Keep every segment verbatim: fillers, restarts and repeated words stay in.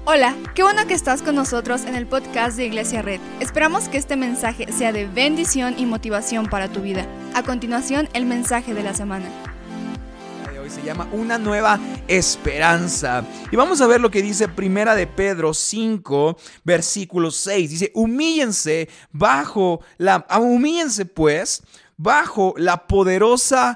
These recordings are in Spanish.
Hola, qué bueno que estás con nosotros en el podcast de Iglesia Red. Esperamos que este mensaje sea de bendición y motivación para tu vida. A continuación, el mensaje de la semana. Hoy se llama Una Nueva Esperanza. Y vamos a ver lo que dice Primera de Pedro cinco, versículo seis. Dice, humíllense bajo la, humíllense pues, bajo la poderosa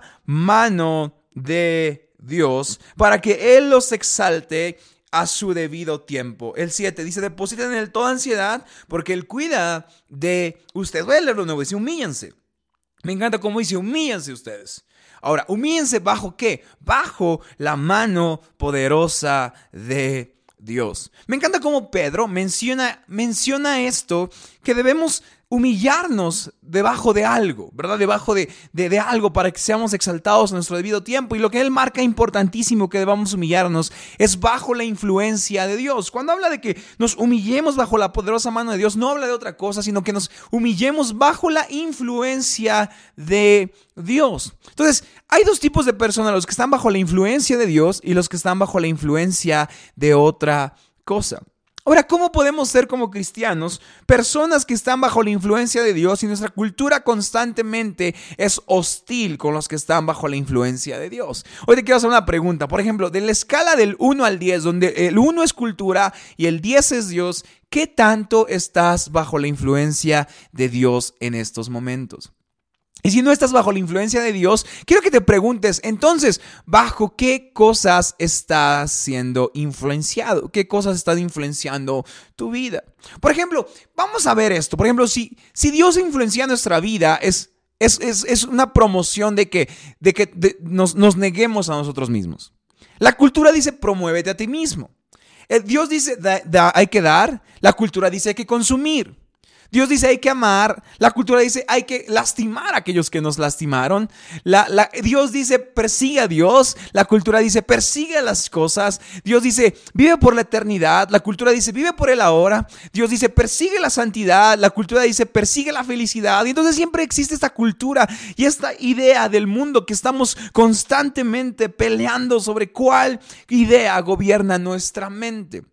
mano de Dios, para que Él los exalte a su debido tiempo. El siete dice, depositen en Él toda ansiedad, porque Él cuida de ustedes. Voy a leerlo de nuevo, dice, humíllense. Me encanta cómo dice, humíllense ustedes. Ahora, humíllense bajo ¿qué? Bajo la mano poderosa de Dios. Me encanta cómo Pedro menciona, menciona esto, que debemos humillarnos debajo de algo, ¿verdad? Debajo de, de, de algo para que seamos exaltados en nuestro debido tiempo. Y lo que él marca importantísimo que debamos humillarnos es bajo la influencia de Dios. Cuando habla de que nos humillemos bajo la poderosa mano de Dios, no habla de otra cosa, sino que nos humillemos bajo la influencia de Dios. Entonces, hay dos tipos de personas, los que están bajo la influencia de Dios y los que están bajo la influencia de otra cosa. Ahora, ¿cómo podemos ser como cristianos personas que están bajo la influencia de Dios y nuestra cultura constantemente es hostil con los que están bajo la influencia de Dios? Hoy te quiero hacer una pregunta. Por ejemplo, de la escala del uno al diez, donde el uno es cultura y el diez es Dios, ¿qué tanto estás bajo la influencia de Dios en estos momentos? Y si no estás bajo la influencia de Dios, quiero que te preguntes, entonces, ¿bajo qué cosas estás siendo influenciado? ¿Qué cosas están influenciando tu vida? Por ejemplo, vamos a ver esto. Por ejemplo, si, si Dios influencia nuestra vida, es, es, es, es una promoción de que, de que de, nos, nos neguemos a nosotros mismos. La cultura dice, promuévete a ti mismo. El Dios dice, da, da, hay que dar. La cultura dice, hay que consumir. Dios dice hay que amar, la cultura dice hay que lastimar a aquellos que nos lastimaron. La, la, Dios dice persigue a Dios, la cultura dice persigue las cosas. Dios dice vive por la eternidad, la cultura dice vive por el ahora. Dios dice persigue la santidad, la cultura dice persigue la felicidad. Y entonces siempre existe esta cultura y esta idea del mundo que estamos constantemente peleando sobre cuál idea gobierna nuestra mente.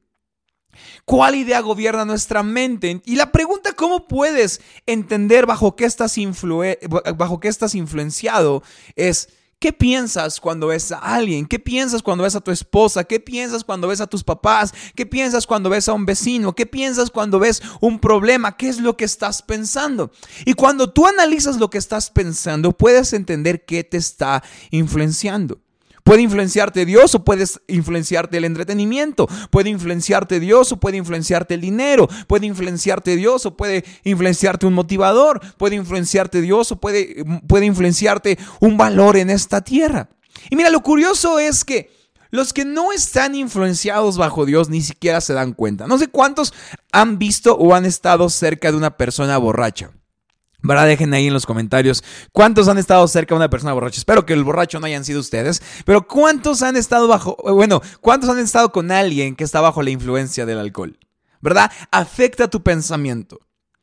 ¿Cuál idea gobierna nuestra mente? Y la pregunta, ¿cómo puedes entender bajo qué estás, influ- bajo qué estás influenciado? Es, ¿qué piensas cuando ves a alguien? ¿Qué piensas cuando ves a tu esposa? ¿Qué piensas cuando ves a tus papás? ¿Qué piensas cuando ves a un vecino? ¿Qué piensas cuando ves un problema? ¿Qué es lo que estás pensando? Y cuando tú analizas lo que estás pensando, puedes entender qué te está influenciando. Puede influenciarte Dios o puedes influenciarte el entretenimiento. Puede influenciarte Dios o puede influenciarte el dinero. Puede influenciarte Dios o puede influenciarte un motivador. Puede influenciarte Dios o puede, puede influenciarte un valor en esta tierra. Y mira, lo curioso es que los que no están influenciados bajo Dios ni siquiera se dan cuenta. No sé cuántos han visto o han estado cerca de una persona borracha. ¿Verdad? Dejen ahí en los comentarios cuántos han estado cerca de una persona borracha. Espero que el borracho no hayan sido ustedes, pero cuántos han estado bajo, bueno, cuántos han estado con alguien que está bajo la influencia del alcohol, ¿verdad? Afecta tu pensamiento.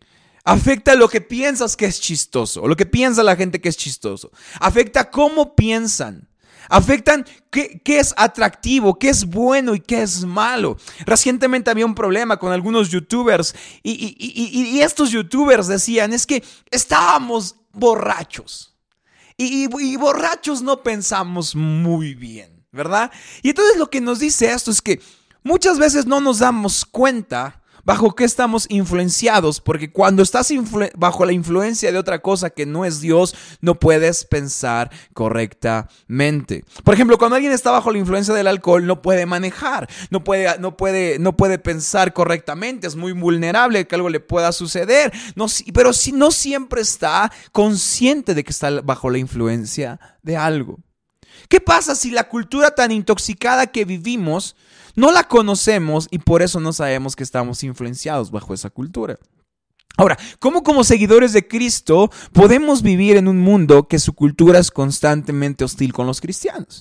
Afecta lo que piensas que es chistoso, lo que piensa la gente que es chistoso. Afecta cómo piensan. Afectan qué, qué es atractivo, qué es bueno y qué es malo. Recientemente había un problema con algunos youtubers y, y, y, y estos youtubers decían, es que estábamos borrachos y, y, y borrachos no pensamos muy bien, ¿verdad? Y entonces lo que nos dice esto es que muchas veces no nos damos cuenta bajo qué estamos influenciados, porque cuando estás influ- bajo la influencia de otra cosa que no es Dios, no puedes pensar correctamente. Por ejemplo, cuando alguien está bajo la influencia del alcohol, no puede manejar, no puede, no puede, no puede pensar correctamente, es muy vulnerable que algo le pueda suceder, no, pero si no siempre está consciente de que está bajo la influencia de algo. ¿Qué pasa si la cultura tan intoxicada que vivimos no la conocemos y por eso no sabemos que estamos influenciados bajo esa cultura? Ahora, ¿cómo como seguidores de Cristo podemos vivir en un mundo que su cultura es constantemente hostil con los cristianos?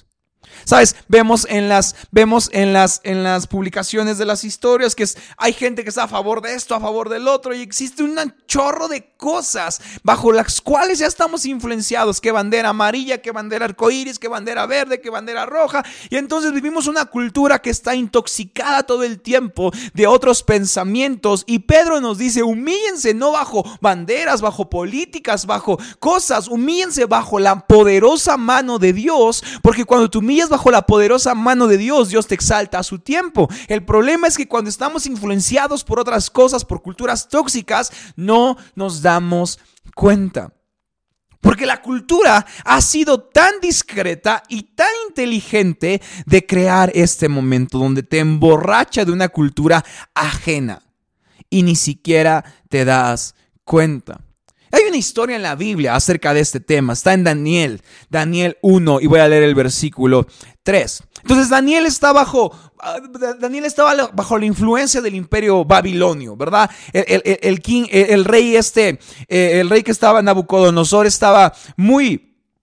¿Sabes? Vemos en las, vemos en las, en las publicaciones de las historias que es, hay gente que está a favor de esto, a favor del otro, y existe un chorro de cosas bajo las cuales ya estamos influenciados. ¿Qué bandera amarilla? ¿Qué bandera arcoíris? ¿Qué bandera verde? ¿Qué bandera roja? Y entonces vivimos una cultura que está intoxicada todo el tiempo de otros pensamientos. Y Pedro nos dice, humíllense no bajo banderas, bajo políticas, bajo cosas, humíllense bajo la poderosa mano de Dios, porque cuando tú humillas bajo la poderosa mano de Dios, Dios te exalta a su tiempo. El problema es que cuando estamos influenciados por otras cosas, por culturas tóxicas, no nos damos cuenta. Porque la cultura ha sido tan discreta y tan inteligente de crear este momento donde te emborracha de una cultura ajena y ni siquiera te das cuenta. Hay una historia en la Biblia acerca de este tema. Está en Daniel, Daniel uno, y voy a leer el versículo tres. Entonces Daniel está bajo, Daniel estaba bajo la influencia del imperio babilonio, ¿verdad? El, el, el, el, king, el, el rey este, el rey que estaba, Nabucodonosor, estaba muy...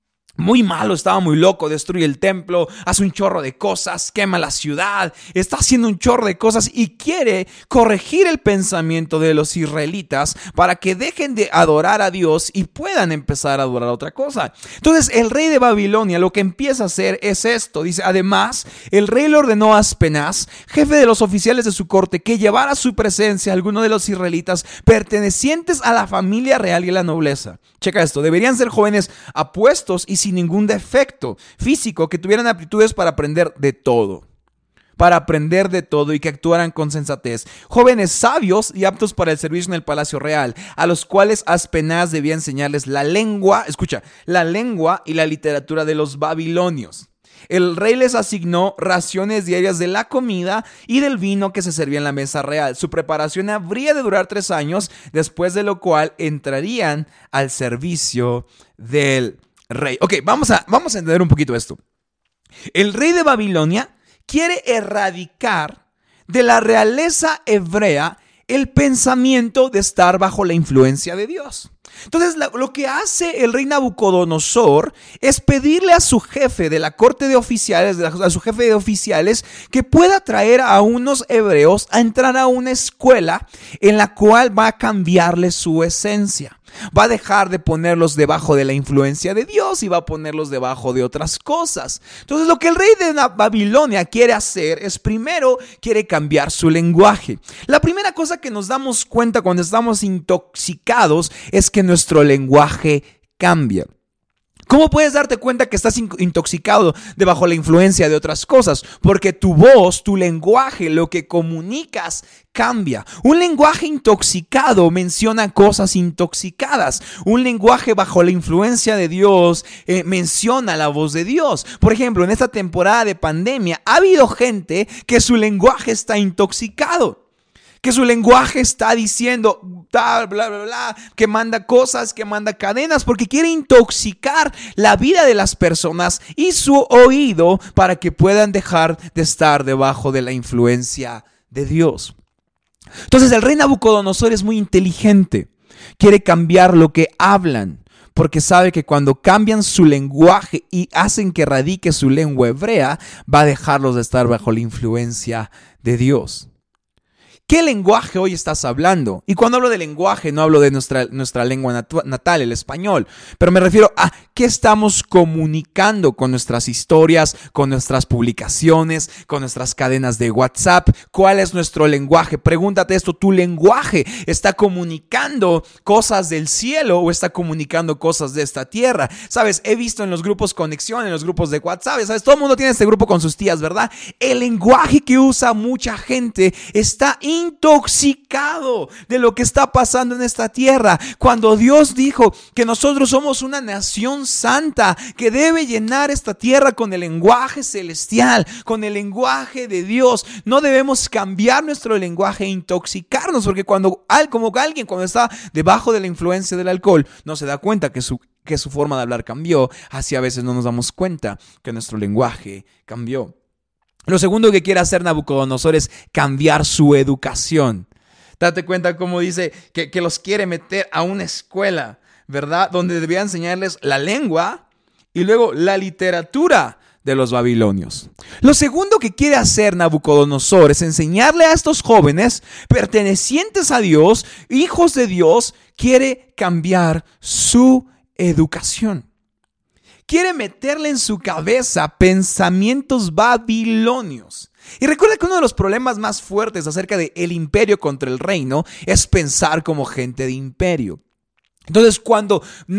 Muy malo, estaba muy loco, destruye el templo, hace un chorro de cosas, quema la ciudad, está haciendo un chorro de cosas y quiere corregir el pensamiento de los israelitas para que dejen de adorar a Dios y puedan empezar a adorar a otra cosa. Entonces el rey de Babilonia lo que empieza a hacer es esto, dice, además el rey le ordenó a Aspenaz, jefe de los oficiales de su corte, que llevara a su presencia a alguno de los israelitas pertenecientes a la familia real y a la nobleza. Checa esto, deberían ser jóvenes apuestos y sin ningún defecto físico, que tuvieran aptitudes para aprender de todo, para aprender de todo y que actuaran con sensatez. Jóvenes sabios y aptos para el servicio en el palacio real, a los cuales Aspenaz debía enseñarles la lengua, escucha, la lengua y la literatura de los babilonios. El rey les asignó raciones diarias de la comida y del vino que se servía en la mesa real. Su preparación habría de durar tres años, después de lo cual entrarían al servicio del rey. Ok, vamos a, vamos a entender un poquito esto. El rey de Babilonia quiere erradicar de la realeza hebrea el pensamiento de estar bajo la influencia de Dios. Entonces lo que hace el rey Nabucodonosor es pedirle a su jefe de la corte de oficiales, a su jefe de oficiales, que pueda traer a unos hebreos a entrar a una escuela en la cual va a cambiarle su esencia. Va a dejar de ponerlos debajo de la influencia de Dios y va a ponerlos debajo de otras cosas. Entonces lo que el rey de Babilonia quiere hacer es, primero, quiere cambiar su lenguaje. La primera cosa que nos damos cuenta cuando estamos intoxicados es que nuestro lenguaje cambia. ¿Cómo puedes darte cuenta que estás intoxicado debajo la influencia de otras cosas? Porque tu voz, tu lenguaje, lo que comunicas cambia. Un lenguaje intoxicado menciona cosas intoxicadas. Un lenguaje bajo la influencia de Dios eh, menciona la voz de Dios. Por ejemplo, en esta temporada de pandemia ha habido gente que su lenguaje está intoxicado. Que su lenguaje está diciendo bla, bla, bla, bla, que manda cosas, que manda cadenas, porque quiere intoxicar la vida de las personas y su oído para que puedan dejar de estar debajo de la influencia de Dios. Entonces el rey Nabucodonosor es muy inteligente, quiere cambiar lo que hablan, porque sabe que cuando cambian su lenguaje y hacen que radique su lengua hebrea, va a dejarlos de estar bajo la influencia de Dios. ¿Qué lenguaje hoy estás hablando? Y cuando hablo de lenguaje, no hablo de nuestra, nuestra lengua natu- natal, el español, pero me refiero a qué estamos comunicando con nuestras historias, con nuestras publicaciones, con nuestras cadenas de WhatsApp. ¿Cuál es nuestro lenguaje? Pregúntate esto, ¿tu lenguaje está comunicando cosas del cielo o está comunicando cosas de esta tierra? Sabes, he visto en los grupos Conexión, en los grupos de WhatsApp, sabes, todo el mundo tiene este grupo con sus tías, ¿verdad? El lenguaje que usa mucha gente está intoxicado de lo que está pasando en esta tierra. Cuando Dios dijo que nosotros somos una nación santa que debe llenar esta tierra con el lenguaje celestial, con el lenguaje de Dios, no debemos cambiar nuestro lenguaje e intoxicarnos, porque cuando como alguien cuando está debajo de la influencia del alcohol no se da cuenta que su que su forma de hablar cambió, así a veces no nos damos cuenta que nuestro lenguaje cambió. Lo segundo que quiere hacer Nabucodonosor es cambiar su educación. Date cuenta cómo dice que, que los quiere meter a una escuela, ¿verdad? Donde debía enseñarles la lengua y luego la literatura de los babilonios. Lo segundo que quiere hacer Nabucodonosor es enseñarle a estos jóvenes pertenecientes a Dios, hijos de Dios, quiere cambiar su educación. Quiere meterle en su cabeza pensamientos babilonios. Y recuerda que uno de los problemas más fuertes acerca del imperio contra el reino es pensar como gente de imperio. Entonces, cuando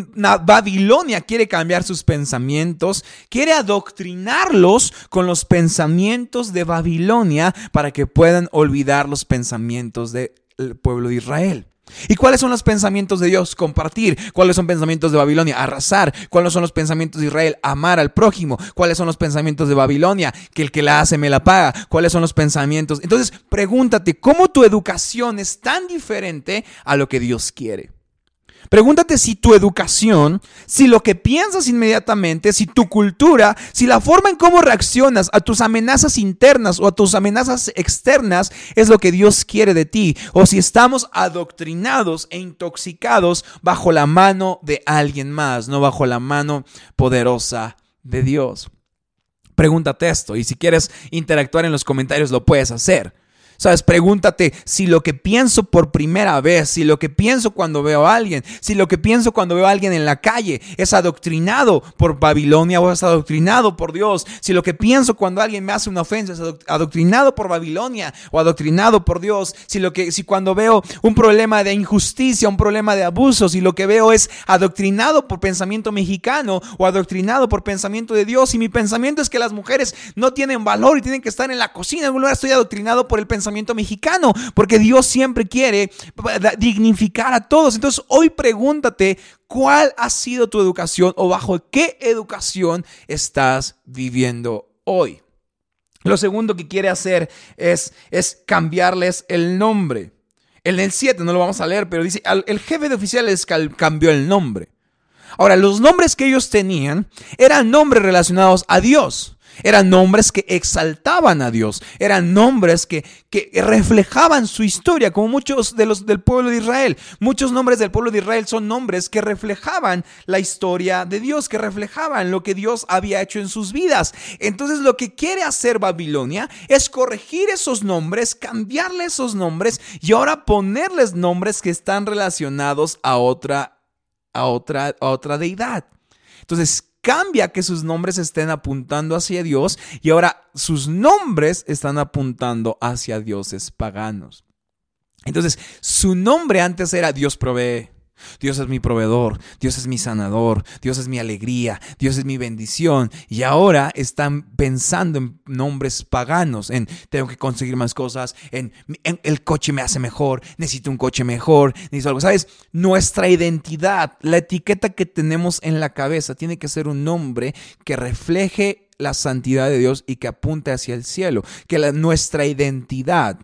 Babilonia quiere cambiar sus pensamientos, quiere adoctrinarlos con los pensamientos de Babilonia para que puedan olvidar los pensamientos del pueblo de Israel. ¿Y cuáles son los pensamientos de Dios? Compartir. ¿Cuáles son pensamientos de Babilonia? Arrasar. ¿Cuáles son los pensamientos de Israel? Amar al prójimo. ¿Cuáles son los pensamientos de Babilonia? Que el que la hace me la paga. ¿Cuáles son los pensamientos? Entonces, pregúntate, ¿cómo tu educación es tan diferente a lo que Dios quiere? Pregúntate si tu educación, si lo que piensas inmediatamente, si tu cultura, si la forma en cómo reaccionas a tus amenazas internas o a tus amenazas externas es lo que Dios quiere de ti, o si estamos adoctrinados e intoxicados bajo la mano de alguien más, no bajo la mano poderosa de Dios. Pregúntate esto, y si quieres interactuar en los comentarios lo puedes hacer. ¿Sabes? Pregúntate si lo que pienso por primera vez, si lo que pienso cuando veo a alguien, si lo que pienso cuando veo a alguien en la calle es adoctrinado por Babilonia o es adoctrinado por Dios. Si lo que pienso cuando alguien me hace una ofensa es adoctrinado por Babilonia o adoctrinado por Dios. Si, lo que, si cuando veo un problema de injusticia, un problema de abuso, si lo que veo es adoctrinado por pensamiento mexicano o adoctrinado por pensamiento de Dios. Si mi pensamiento es que las mujeres no tienen valor y tienen que estar en la cocina, en algún lugar estoy adoctrinado por el pensamiento pensamiento mexicano, porque Dios siempre quiere dignificar a todos. Entonces hoy pregúntate cuál ha sido tu educación o bajo qué educación estás viviendo hoy. Lo segundo que quiere hacer es, es cambiarles el nombre. En el siete no lo vamos a leer, pero dice, el jefe de oficiales cambió el nombre. Ahora, los nombres que ellos tenían eran nombres relacionados a Dios. Eran nombres que exaltaban a Dios. Eran nombres que, que reflejaban su historia, como muchos de los del pueblo de Israel. Muchos nombres del pueblo de Israel son nombres que reflejaban la historia de Dios, que reflejaban lo que Dios había hecho en sus vidas. Entonces, lo que quiere hacer Babilonia es corregir esos nombres, cambiarle esos nombres y ahora ponerles nombres que están relacionados a otra, a otra, a otra deidad. Entonces, cambia que sus nombres estén apuntando hacia Dios y ahora sus nombres están apuntando hacia dioses paganos. Entonces, su nombre antes era Dios provee. Dios es mi proveedor, Dios es mi sanador, Dios es mi alegría, Dios es mi bendición. Y ahora están pensando en nombres paganos, en tengo que conseguir más cosas, en, en el coche me hace mejor, necesito un coche mejor, necesito algo. ¿Sabes? Nuestra identidad, la etiqueta que tenemos en la cabeza tiene que ser un nombre que refleje la santidad de Dios y que apunte hacia el cielo. Que la, nuestra identidad...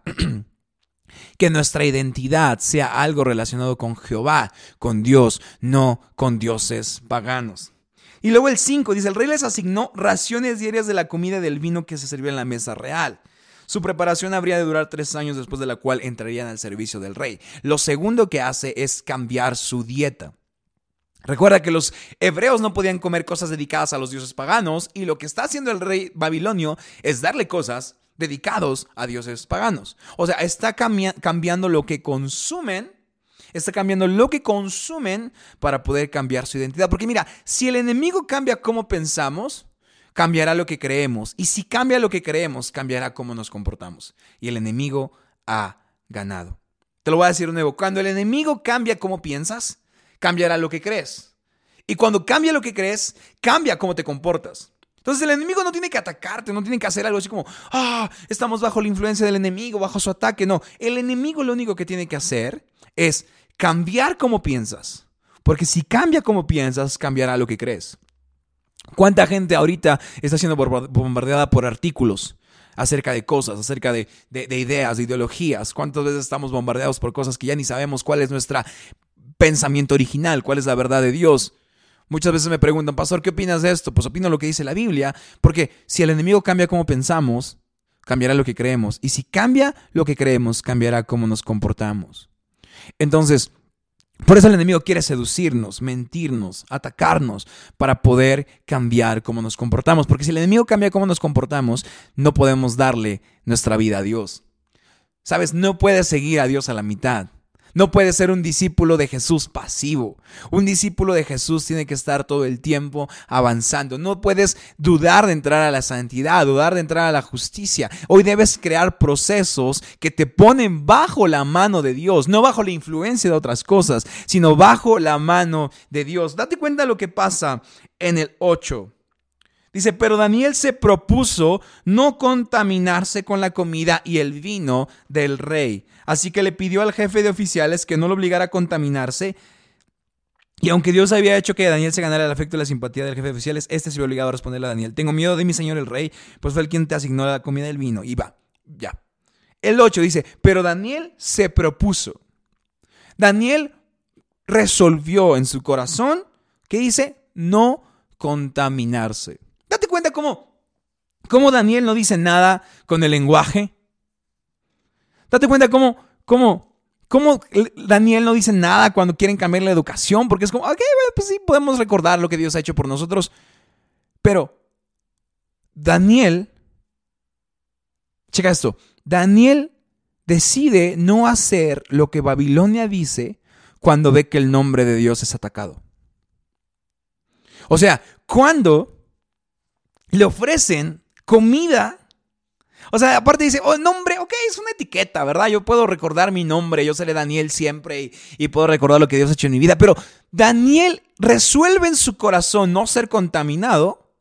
Que nuestra identidad sea algo relacionado con Jehová, con Dios, no con dioses paganos. Y luego el cinco dice, el rey les asignó raciones diarias de la comida y del vino que se servía en la mesa real. Su preparación habría de durar tres años, después de la cual entrarían al servicio del rey. Lo segundo que hace es cambiar su dieta. Recuerda que los hebreos no podían comer cosas dedicadas a los dioses paganos, y lo que está haciendo el rey babilonio es darle cosas dedicados a dioses paganos. O sea, está cambi- cambiando lo que consumen, está cambiando lo que consumen para poder cambiar su identidad. Porque mira, si el enemigo cambia cómo pensamos, cambiará lo que creemos. Y si cambia lo que creemos, cambiará cómo nos comportamos. Y el enemigo ha ganado. Te lo voy a decir de nuevo. Cuando el enemigo cambia cómo piensas, cambiará lo que crees. Y cuando cambia lo que crees, cambia cómo te comportas. Entonces el enemigo no tiene que atacarte, no tiene que hacer algo así como, ah, estamos bajo la influencia del enemigo, bajo su ataque. No, el enemigo lo único que tiene que hacer es cambiar cómo piensas. Porque si cambia cómo piensas, cambiará lo que crees. ¿Cuánta gente ahorita está siendo bombardeada por artículos acerca de cosas, acerca de, de, de ideas, de ideologías? ¿Cuántas veces estamos bombardeados por cosas que ya ni sabemos cuál es nuestro pensamiento original, cuál es la verdad de Dios? Muchas veces me preguntan, pastor, ¿qué opinas de esto? Pues opino lo que dice la Biblia, porque si el enemigo cambia cómo pensamos, cambiará lo que creemos. Y si cambia lo que creemos, cambiará cómo nos comportamos. Entonces, Por eso el enemigo quiere seducirnos, mentirnos, atacarnos para poder cambiar cómo nos comportamos. Porque si el enemigo cambia cómo nos comportamos, no podemos darle nuestra vida a Dios. ¿Sabes? No puedes seguir a Dios a la mitad. No puedes ser un discípulo de Jesús pasivo. Un discípulo de Jesús tiene que estar todo el tiempo avanzando. No puedes dudar de entrar a la santidad, dudar de entrar a la justicia. Hoy debes crear procesos que te ponen bajo la mano de Dios, no bajo la influencia de otras cosas, sino bajo la mano de Dios. Date cuenta de lo que pasa en el ocho. Dice, pero Daniel se propuso no contaminarse con la comida y el vino del rey. Así que le pidió al jefe de oficiales que no lo obligara a contaminarse. Y aunque Dios había hecho que Daniel se ganara el afecto y la simpatía del jefe de oficiales, este se vio obligado a responderle a Daniel: tengo miedo de mi señor el rey, pues fue el quien te asignó la comida y el vino. Y va, ya. El ocho dice, pero Daniel se propuso. Daniel resolvió en su corazón, ¿qué dice? No contaminarse. Date cuenta cómo, cómo Daniel no dice nada con el lenguaje. Date cuenta cómo, cómo, cómo Daniel no dice nada cuando quieren cambiar la educación. Porque es como, ok, pues sí, podemos recordar lo que Dios ha hecho por nosotros. Pero Daniel, checa esto, Daniel decide no hacer lo que Babilonia dice cuando ve que el nombre de Dios es atacado. O sea, cuando le ofrecen comida, o sea, aparte dice, oh, nombre, ok, es una etiqueta, ¿verdad? Yo puedo recordar mi nombre, yo seré Daniel siempre y, y puedo recordar lo que Dios ha hecho en mi vida. Pero Daniel resuelve en su corazón no ser contaminado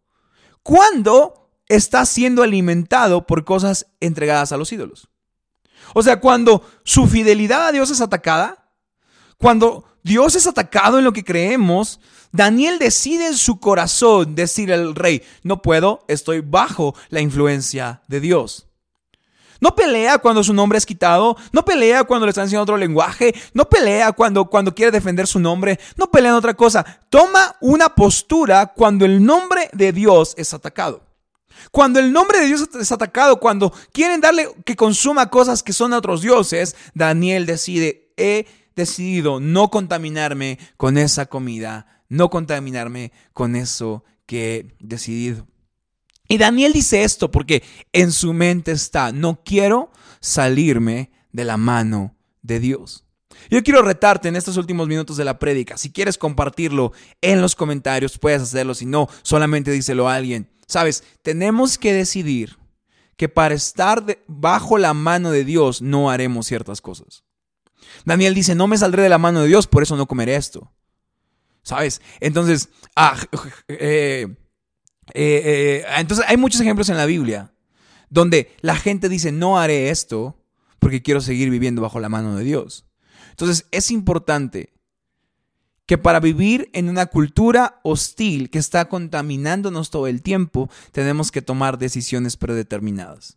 cuando está siendo alimentado por cosas entregadas a los ídolos. O sea, cuando su fidelidad a Dios es atacada, cuando Dios es atacado en lo que creemos, Daniel decide en su corazón decir al rey, no puedo, estoy bajo la influencia de Dios. No pelea cuando su nombre es quitado, no pelea cuando le están enseñando otro lenguaje, no pelea cuando, cuando quiere defender su nombre, no pelea en otra cosa. Toma una postura cuando el nombre de Dios es atacado. Cuando el nombre de Dios es atacado, cuando quieren darle que consuma cosas que son otros dioses, Daniel decide, he decidido no contaminarme con esa comida, no contaminarme con eso que he decidido. Y Daniel dice esto porque en su mente está, no quiero salirme de la mano de Dios. Yo quiero retarte en estos últimos minutos de la prédica. Si quieres compartirlo en los comentarios, puedes hacerlo. Si no, solamente díselo a alguien. Sabes, tenemos que decidir que para estar de, bajo la mano de Dios no haremos ciertas cosas. Daniel dice, no me saldré de la mano de Dios, por eso no comeré esto. ¿Sabes? Entonces, ah, eh, eh, eh, entonces hay muchos ejemplos en la Biblia donde la gente dice, no haré esto porque quiero seguir viviendo bajo la mano de Dios. Entonces es importante que para vivir en una cultura hostil que está contaminándonos todo el tiempo, tenemos que tomar decisiones predeterminadas.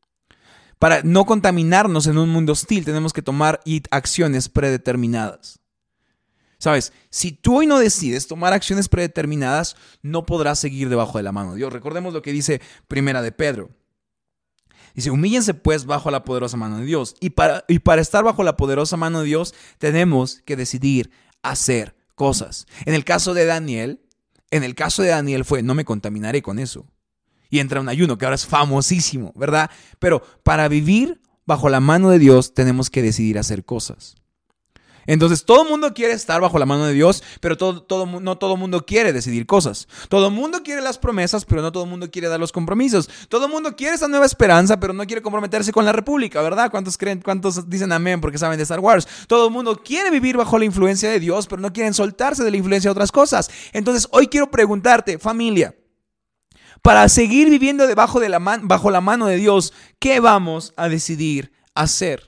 Para no contaminarnos en un mundo hostil, tenemos que tomar acciones predeterminadas. ¿Sabes? Si tú hoy no decides tomar acciones predeterminadas, no podrás seguir debajo de la mano de Dios. Recordemos lo que dice Primera de Pedro. Dice, humíllense pues bajo la poderosa mano de Dios. Y para, y para estar bajo la poderosa mano de Dios, tenemos que decidir hacer cosas. En el caso de Daniel, en el caso de Daniel fue, no me contaminaré con eso. Y entra un ayuno que ahora es famosísimo, ¿verdad? Pero para vivir bajo la mano de Dios, tenemos que decidir hacer cosas. Entonces, todo el mundo quiere estar bajo la mano de Dios, pero todo, todo, no todo el mundo quiere decidir cosas. Todo el mundo quiere las promesas, pero no todo el mundo quiere dar los compromisos. Todo el mundo quiere esa nueva esperanza, pero no quiere comprometerse con la República, ¿verdad? ¿Cuántos creen, cuántos dicen amén porque saben de Star Wars? Todo el mundo quiere vivir bajo la influencia de Dios, pero no quieren soltarse de la influencia de otras cosas. Entonces, hoy quiero preguntarte, familia, para seguir viviendo debajo de la man- bajo la mano de Dios, ¿qué vamos a decidir hacer?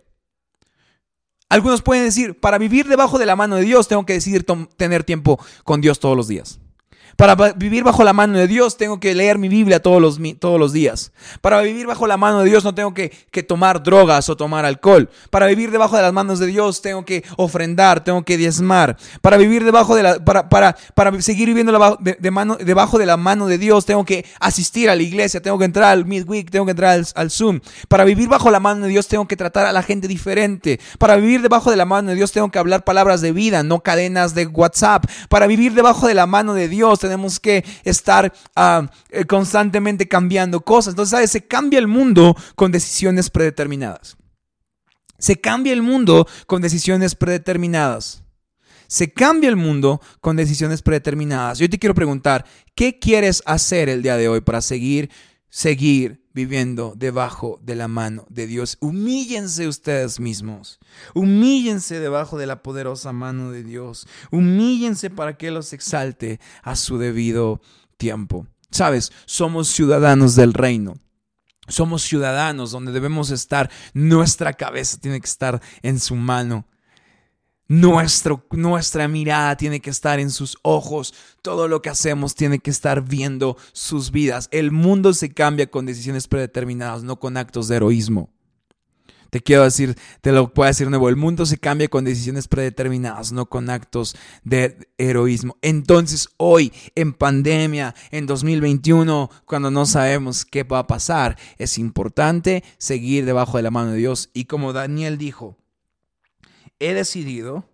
Algunos pueden decir, para vivir debajo de la mano de Dios tengo que decidir tom- tener tiempo con Dios todos los días. Para vivir bajo la mano de Dios tengo que leer mi Biblia todos los, todos los días. Para vivir bajo la mano de Dios no tengo que, que tomar drogas o tomar alcohol. Para vivir debajo de las manos de Dios tengo que ofrendar, tengo que diezmar. Para vivir debajo de la, para, para, para seguir viviendo de, de mano, debajo de la mano de Dios tengo que asistir a la iglesia, tengo que entrar al midweek, tengo que entrar al, al Zoom. Para vivir bajo la mano de Dios tengo que tratar a la gente diferente. Para vivir debajo de la mano de Dios tengo que hablar palabras de vida, no cadenas de WhatsApp. Para vivir debajo de la mano de Dios tenemos que estar uh, constantemente cambiando cosas. Entonces, ¿sabes? Se cambia el mundo con decisiones predeterminadas. Se cambia el mundo con decisiones predeterminadas. Se cambia el mundo con decisiones predeterminadas. Yo te quiero preguntar, ¿qué quieres hacer el día de hoy para seguir, seguir viviendo debajo de la mano de Dios? Humíllense ustedes mismos. Humíllense debajo de la poderosa mano de Dios. Humíllense para que Él los exalte a su debido tiempo. Sabes, somos ciudadanos del reino. Somos ciudadanos donde debemos estar. Nuestra cabeza tiene que estar en su mano. Nuestro, nuestra mirada tiene que estar en sus ojos. Todo lo que hacemos tiene que estar viendo sus vidas. El mundo se cambia con decisiones predeterminadas, no con actos de heroísmo. Te quiero decir, te lo puedo decir de nuevo. El mundo se cambia con decisiones predeterminadas, no con actos de heroísmo. Entonces hoy, en pandemia, en dos mil veintiuno, cuando no sabemos qué va a pasar, es importante seguir debajo de la mano de Dios. Y como Daniel dijo, he decidido,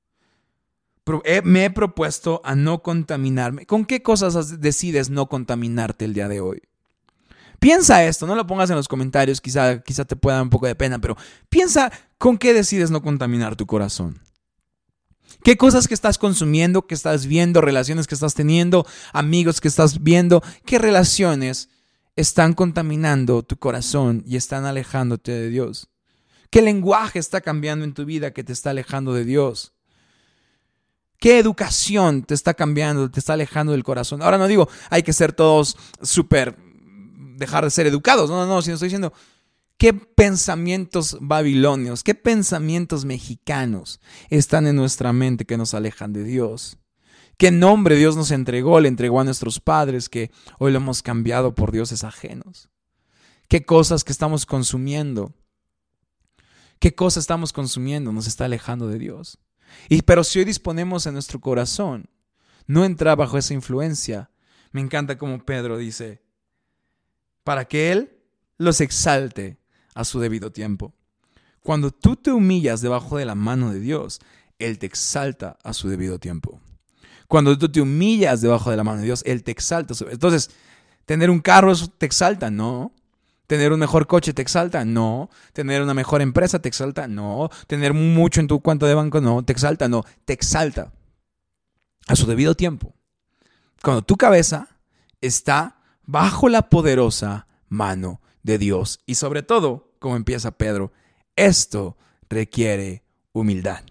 me he propuesto a no contaminarme. ¿Con qué cosas decides no contaminarte el día de hoy? Piensa esto, no lo pongas en los comentarios, quizá, quizá te pueda dar un poco de pena, pero piensa con qué decides no contaminar tu corazón. ¿Qué cosas que estás consumiendo, que estás viendo, relaciones que estás teniendo, amigos que estás viendo, qué relaciones están contaminando tu corazón y están alejándote de Dios? ¿Qué lenguaje está cambiando en tu vida que te está alejando de Dios? ¿Qué educación te está cambiando, te está alejando del corazón? Ahora no digo, hay que ser todos súper, dejar de ser educados. No, no, no, sino estoy diciendo, ¿qué pensamientos babilonios, qué pensamientos mexicanos están en nuestra mente que nos alejan de Dios? ¿Qué nombre Dios nos entregó? Le entregó a nuestros padres que hoy lo hemos cambiado por dioses ajenos. ¿Qué cosas que estamos consumiendo? ¿Qué cosa estamos consumiendo? Nos está alejando de Dios. Y, pero si hoy disponemos en nuestro corazón, no entrar bajo esa influencia. Me encanta como Pedro dice, para que Él los exalte a su debido tiempo. Cuando tú te humillas debajo de la mano de Dios, Él te exalta a su debido tiempo. Cuando tú te humillas debajo de la mano de Dios, Él te exalta. Entonces, ¿tener un carro eso te exalta? No. ¿Tener un mejor coche te exalta? No. ¿Tener una mejor empresa te exalta? No. ¿Tener mucho en tu cuenta de banco? No. ¿Te exalta? No. Te exalta a su debido tiempo. Cuando tu cabeza está bajo la poderosa mano de Dios. Y sobre todo, como empieza Pedro, esto requiere humildad.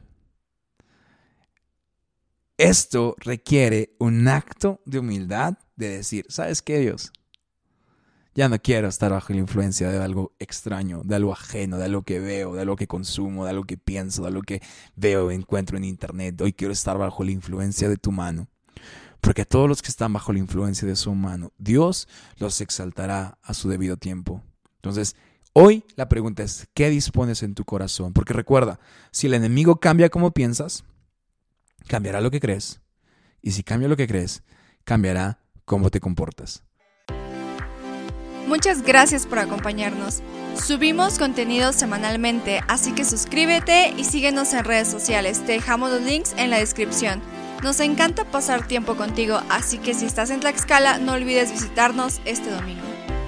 Esto requiere un acto de humildad de decir, ¿sabes qué, Dios? Ya no quiero estar bajo la influencia de algo extraño, de algo ajeno, de algo que veo, de algo que consumo, de algo que pienso, de algo que veo, encuentro en internet. Hoy quiero estar bajo la influencia de tu mano. Porque a todos los que están bajo la influencia de su mano, Dios los exaltará a su debido tiempo. Entonces, hoy la pregunta es, ¿qué dispones en tu corazón? Porque recuerda, si el enemigo cambia como piensas, cambiará lo que crees. Y si cambia lo que crees, cambiará cómo te comportas. Muchas gracias por acompañarnos. Subimos contenido semanalmente, así que suscríbete y síguenos en redes sociales. Te dejamos los links en la descripción. Nos encanta pasar tiempo contigo, así que si estás en Tlaxcala, no olvides visitarnos este domingo.